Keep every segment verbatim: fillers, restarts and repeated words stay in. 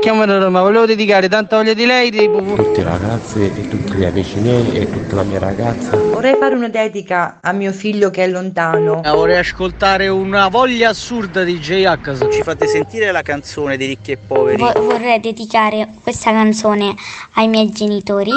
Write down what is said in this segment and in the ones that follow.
chiamo da Roma, volevo dedicare tanta voglia di lei tipo... tutti i ragazzi e tutti gli amici miei e tutta la mia ragazza. Vorrei fare una dedica a mio figlio che è lontano. Vorrei ascoltare una voglia assurda di J-H. Ci fate sentire la canzone di Ricchi e Poveri? Vo- vorrei dedicare questa canzone ai miei genitori.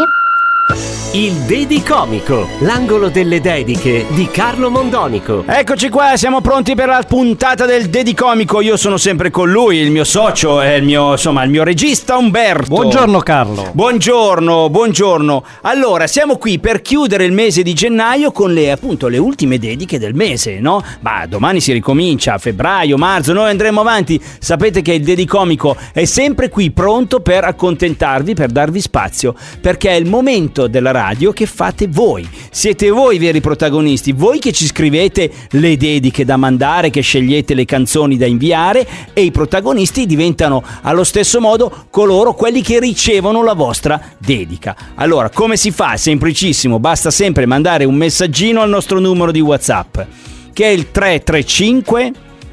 Il Dedicomico, l'angolo delle dediche di Carlo Mondonico. Eccoci qua, siamo pronti per la puntata del Dedicomico. Io sono sempre con lui, il mio socio e il mio, insomma, il mio regista Umberto. Buongiorno Carlo. Buongiorno, buongiorno. Allora, siamo qui per chiudere il mese di gennaio con le, appunto, le ultime dediche del mese, no? Ma domani si ricomincia, febbraio, marzo, noi andremo avanti. Sapete che il Dedicomico è sempre qui pronto per accontentarvi, per darvi spazio, perché è il momento della radio che fate voi. Siete voi i veri protagonisti, voi che ci scrivete le dediche da mandare, che scegliete le canzoni da inviare, e i protagonisti diventano allo stesso modo coloro quelli che ricevono la vostra dedica. Allora, come si fa? Semplicissimo, basta sempre mandare un messaggino al nostro numero di WhatsApp, che è il tre tre cinque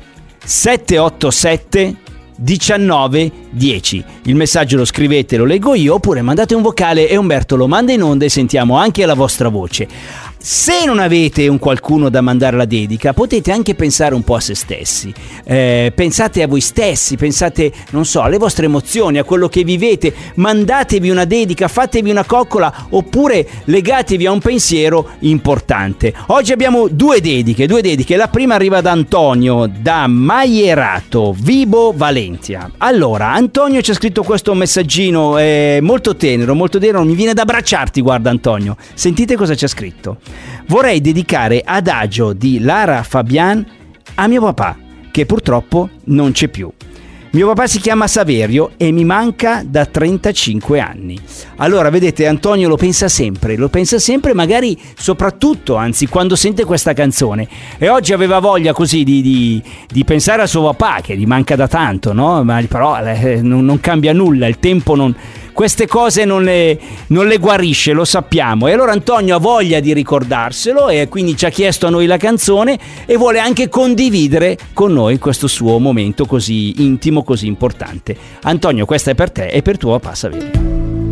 sette otto sette diciannove dieci. Il messaggio lo scrivete, lo leggo io, oppure mandate un vocale e Umberto lo manda in onda e sentiamo anche la vostra voce. Se non avete un qualcuno da mandare la dedica, potete anche pensare un po' a se stessi. Eh, pensate a voi stessi, pensate, non so, alle vostre emozioni, a quello che vivete. Mandatevi una dedica, fatevi una coccola, oppure legatevi a un pensiero importante. Oggi abbiamo due dediche, due dediche. La prima arriva da Antonio, da Maierato, Vibo Valentia. Allora, Antonio ci ha scritto questo messaggino eh, molto tenero, molto tenero. Mi viene da abbracciarti, guarda Antonio. Sentite cosa ci ha scritto. Vorrei dedicare Adagio di Lara Fabian a mio papà, che purtroppo non c'è più. Mio papà si chiama Saverio e mi manca da trentacinque anni. Allora, vedete, Antonio lo pensa sempre, lo pensa sempre, magari soprattutto, anzi, quando sente questa canzone. E oggi aveva voglia così di, di, di pensare a suo papà, che gli manca da tanto, no? Ma però eh, non, non cambia nulla, il tempo non... Queste cose non le, non le guarisce, lo sappiamo. E allora Antonio ha voglia di ricordarselo e quindi ci ha chiesto a noi la canzone e vuole anche condividere con noi questo suo momento così intimo, così importante. Antonio, questa è per te e per tuo papà Saverio.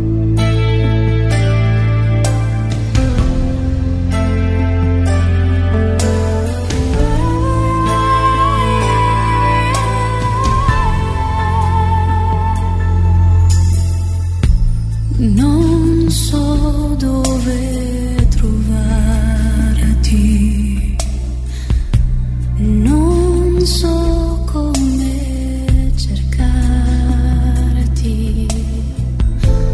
Non so dove trovarti, non so come cercarti,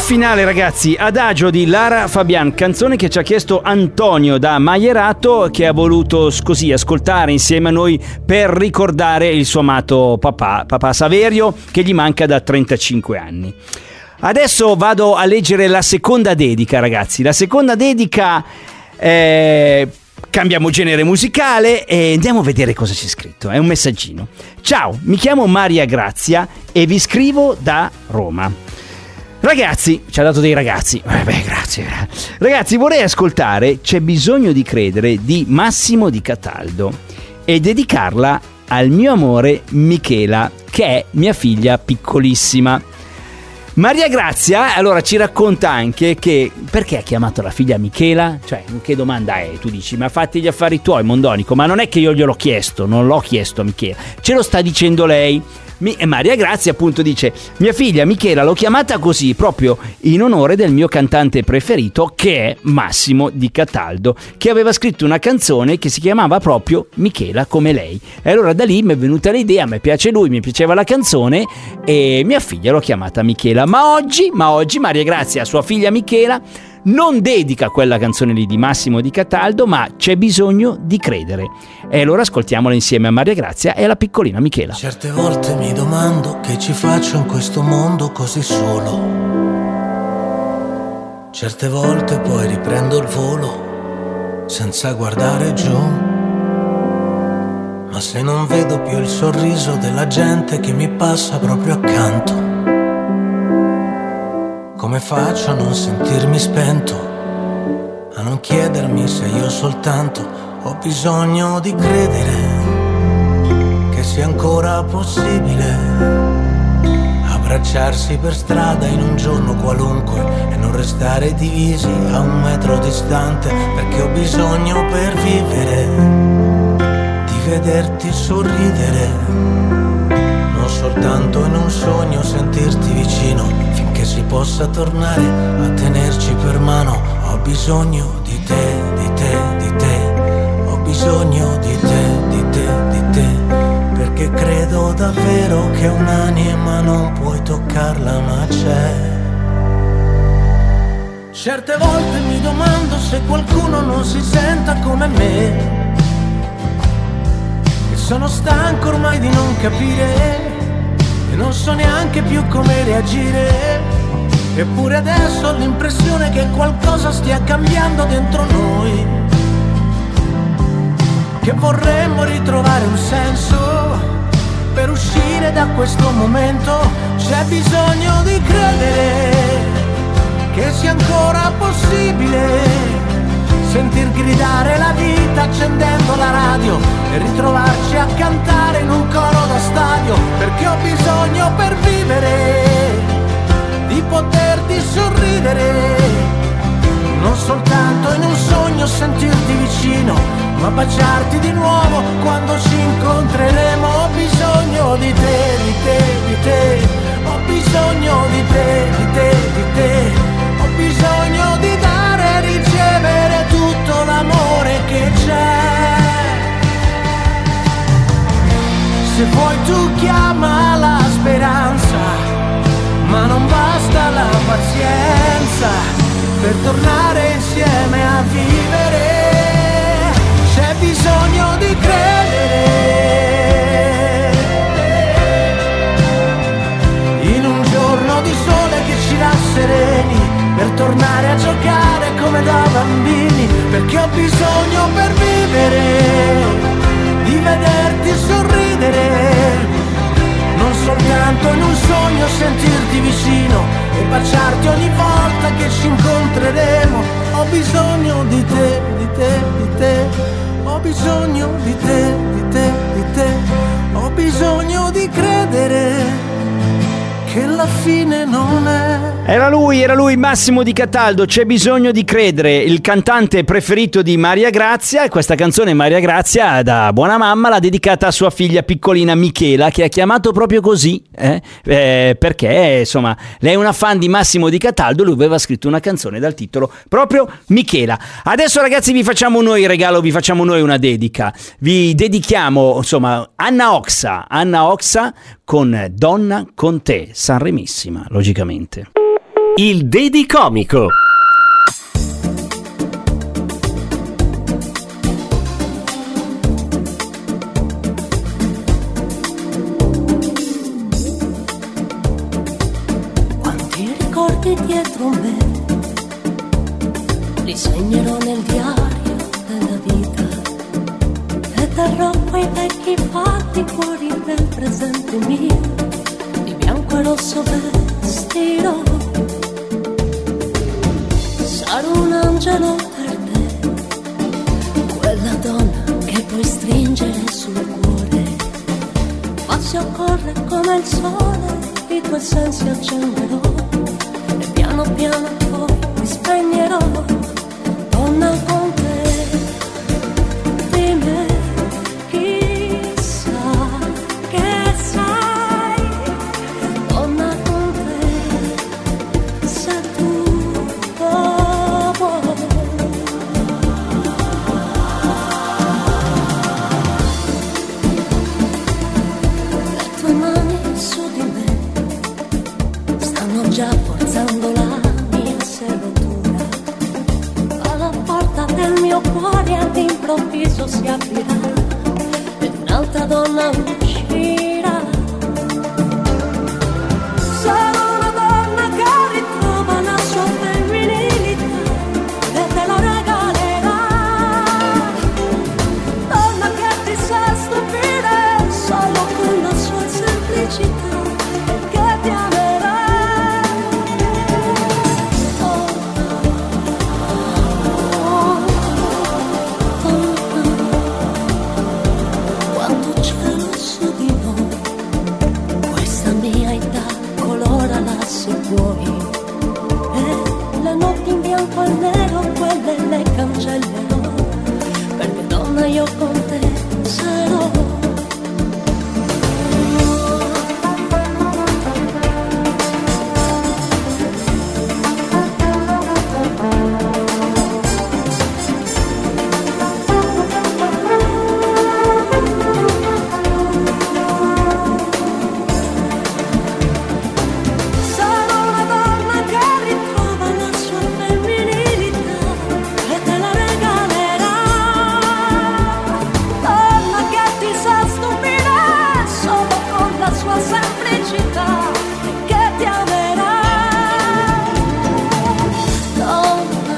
finale, ragazzi, Adagio di Lara Fabian, canzone che ci ha chiesto Antonio da Maierato, che ha voluto così ascoltare insieme a noi per ricordare il suo amato papà, papà Saverio, che gli manca da trentacinque anni. Adesso vado a leggere la seconda dedica, ragazzi. La seconda dedica è... cambiamo genere musicale e andiamo a vedere cosa c'è scritto. È un messaggino. Ciao, mi chiamo Maria Grazia e vi scrivo da Roma. Ragazzi, ci ha dato dei ragazzi. Eh beh, grazie. Ragazzi, vorrei ascoltare C'è bisogno di credere di Massimo Di Cataldo e dedicarla al mio amore Michela, che è mia figlia piccolissima. Maria Grazia allora ci racconta anche che perché ha chiamato la figlia Michela, cioè che domanda è? Tu dici ma fatti gli affari tuoi, Mondonico, ma non è che io gliel'ho chiesto, non l'ho chiesto a Michela, ce lo sta dicendo lei. E Maria Grazia appunto dice: mia figlia Michela l'ho chiamata così proprio in onore del mio cantante preferito, che è Massimo Di Cataldo, che aveva scritto una canzone che si chiamava proprio Michela come lei. E allora da lì mi è venuta l'idea, mi piace lui, mi piaceva la canzone e mia figlia l'ho chiamata Michela. Ma oggi, ma oggi Maria Grazia a sua figlia Michela non dedica quella canzone lì di Massimo Di Cataldo, ma C'è bisogno di credere. E allora ascoltiamola insieme a Maria Grazia e alla piccolina Michela. Certe volte mi domando che ci faccio in questo mondo così solo. Certe volte poi riprendo il volo senza guardare giù. Ma se non vedo più il sorriso della gente che mi passa proprio accanto, come faccio a non sentirmi spento, a non chiedermi se io soltanto ho bisogno di credere che sia ancora possibile abbracciarsi per strada in un giorno qualunque e non restare divisi a un metro distante, perché ho bisogno per vivere di vederti sorridere, non soltanto in un sogno sentirti vicino, finché si possa tornare a tenerci per mano. Ho bisogno di te, di te, di te, ho bisogno di te, di te, di te, perché credo davvero che un'anima non puoi toccarla ma c'è. Certe volte mi domando se qualcuno non si senta come me, che sono stanco ormai di non capire e non so neanche più come reagire. Eppure adesso ho l'impressione che qualcosa stia cambiando dentro noi, che vorremmo ritrovare un senso per uscire da questo momento. C'è bisogno di credere che sia ancora possibile sentir gridare la vita accendendo la radio e ritrovarci a cantare in un coro da stadio, perché ho bisogno per vivere di poterti sorridere, non soltanto in un sogno sentirti vicino, ma baciarti di nuovo quando ci incontreremo. Ho bisogno di te, di te, di te, ho bisogno di te, di te, di te, ho bisogno di dare e ricevere tutto l'amore che c'è. Se vuoi tu chiama la speranza, ma non basta la pazienza per tornare insieme a vivere. C'è bisogno di credere in un giorno di sole che ci rassereni, per tornare a giocare come da bambini, perché ho bisogno per vivere di vederti sorridere, non soltanto in un sogno sentirti vicino e baciarti ogni volta che ci incontreremo. Ho bisogno di te, di te, di te, ho bisogno di te, di te, di te, ho bisogno di credere che la fine non è. Era lui, era lui Massimo Di Cataldo, C'è bisogno di credere, il cantante preferito di Maria Grazia. E questa canzone Maria Grazia, da buona mamma, l'ha dedicata a sua figlia piccolina Michela, che ha chiamato proprio così, eh? Eh, perché insomma lei è una fan di Massimo Di Cataldo, lui aveva scritto una canzone dal titolo proprio Michela. Adesso ragazzi vi facciamo noi il regalo, vi facciamo noi una dedica, vi dedichiamo insomma Anna Oxa, Anna Oxa con Donna con te, sanremissima logicamente. Il Dedicomico. Quanti ricordi dietro me li segnerò nel diario della vita e terrò quei vecchi fatti fuori del presente mio, di bianco e rosso vestirò. Sarò un angelo per te, quella donna che puoi stringere sul cuore, ma se occorre come il sole i tuoi sensi accenderò e piano piano poi mi spegnerò. Donna con te, di me chissà che sai. Donna con te, se tu lo vuoi. Le tue mani su di me stanno già forzando la mia serratura. Alla porta del mio cuore all'improvviso si aprirà ed un'altra donna uscirà. Sarà una donna che ritrova la sua femminilità e te la regalerà. Donna che ti sa stupire solo con la sua semplicità, che ti amerà. Quanto cielo su di noi, questa mia età colorala se vuoi, e le notti in bianco e nero quelle le cancellerò, perché donna io con te sarò. Sarò una donna che ritrova la sua femminilità e te la regalerà. Donna che ti sa stupire solo con la sua semplicità, che ti amerà. Donna,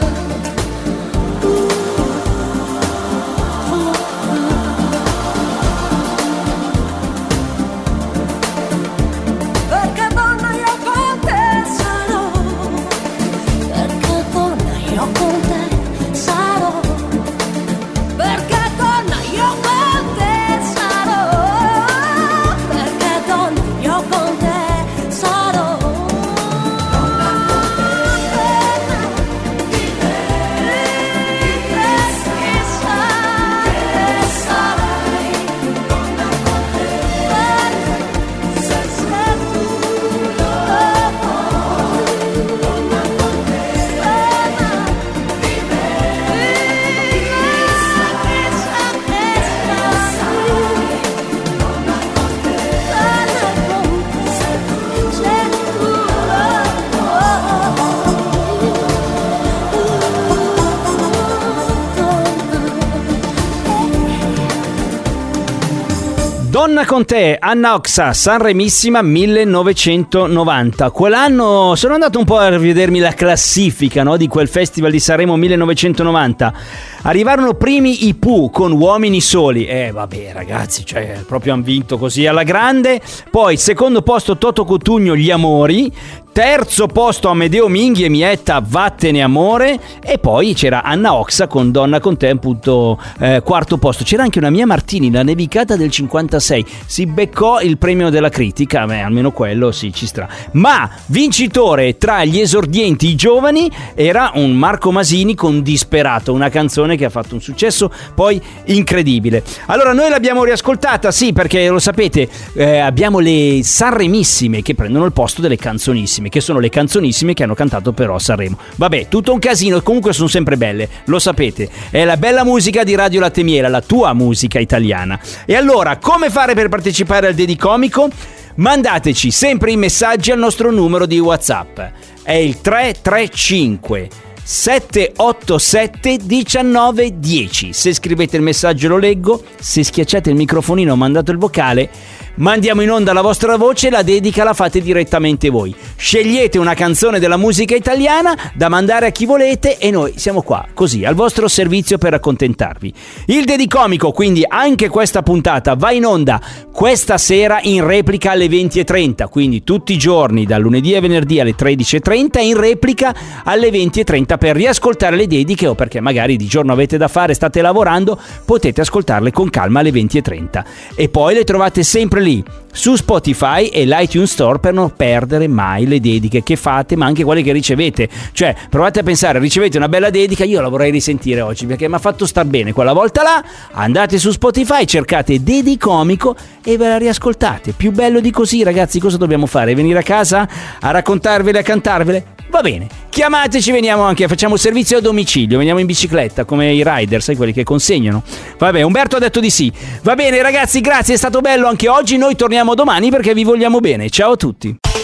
perché donna io con te sarò, perché donna io con te sarò, perché donna io con te sarò, perché donna io con te sarò. Donna con te, Anna Oxa, Sanremissima millenovecentonovanta. Quell'anno sono andato un po' a rivedermi la classifica, no, di quel Festival di Sanremo millenovecentonovanta. Arrivarono primi i Pooh con Uomini Soli. Eh vabbè ragazzi, cioè proprio hanno vinto così alla grande. Poi secondo posto Toto Cutugno, Gli Amori. Terzo posto Amedeo Minghi e Mietta, Vattene Amore. E poi c'era Anna Oxa con Donna con te, appunto, eh, quarto posto. C'era anche una Mia Martini, La nevicata del cinquantasei. Si beccò il premio della critica, beh, almeno quello sì, ci sta. Ma vincitore tra gli esordienti, i giovani, era un Marco Masini con Disperato, una canzone che ha fatto un successo poi incredibile. Allora noi l'abbiamo riascoltata, sì, perché lo sapete, eh, abbiamo le Sanremissime che prendono il posto delle canzonissime, che sono le canzonissime che hanno cantato però a Sanremo. Vabbè, tutto un casino, comunque sono sempre belle, lo sapete. È la bella musica di Radio Latte Miele, la tua musica italiana. E allora, come fare per partecipare al Dedicomico? mandateci sempre i messaggi al nostro numero di WhatsApp. È il tre tre cinque sette otto sette uno nove uno zero. Se scrivete il messaggio lo leggo, se schiacciate il microfonino o mandate il vocale, mandiamo in onda la vostra voce e la dedica la fate direttamente voi. Scegliete una canzone della musica italiana da mandare a chi volete e noi siamo qua, così, al vostro servizio per accontentarvi. Il Dedicomico, quindi anche questa puntata, va in onda questa sera in replica alle venti e trenta, quindi tutti i giorni dal lunedì a venerdì alle tredici e trenta, in replica alle venti e trenta per riascoltare le dediche, o perché magari di giorno avete da fare, state lavorando, potete ascoltarle con calma alle venti e trenta. E poi le trovate sempre lì su Spotify e l'iTunes Store per non perdere mai le dediche che fate, ma anche quelle che ricevete. Cioè, provate a pensare, ricevete una bella dedica, io la vorrei risentire oggi perché mi ha fatto star bene quella volta là. Andate su Spotify, cercate Dedicomico e ve la riascoltate. Più bello di così, ragazzi, cosa dobbiamo fare? Venire a casa a raccontarvele, a cantarvele? Va bene, chiamateci, veniamo anche, facciamo servizio a domicilio, veniamo in bicicletta come i rider, sai, quelli che consegnano. Vabbè, Umberto ha detto di sì. Va bene ragazzi, grazie, è stato bello anche oggi, noi torniamo domani perché vi vogliamo bene. Ciao a tutti.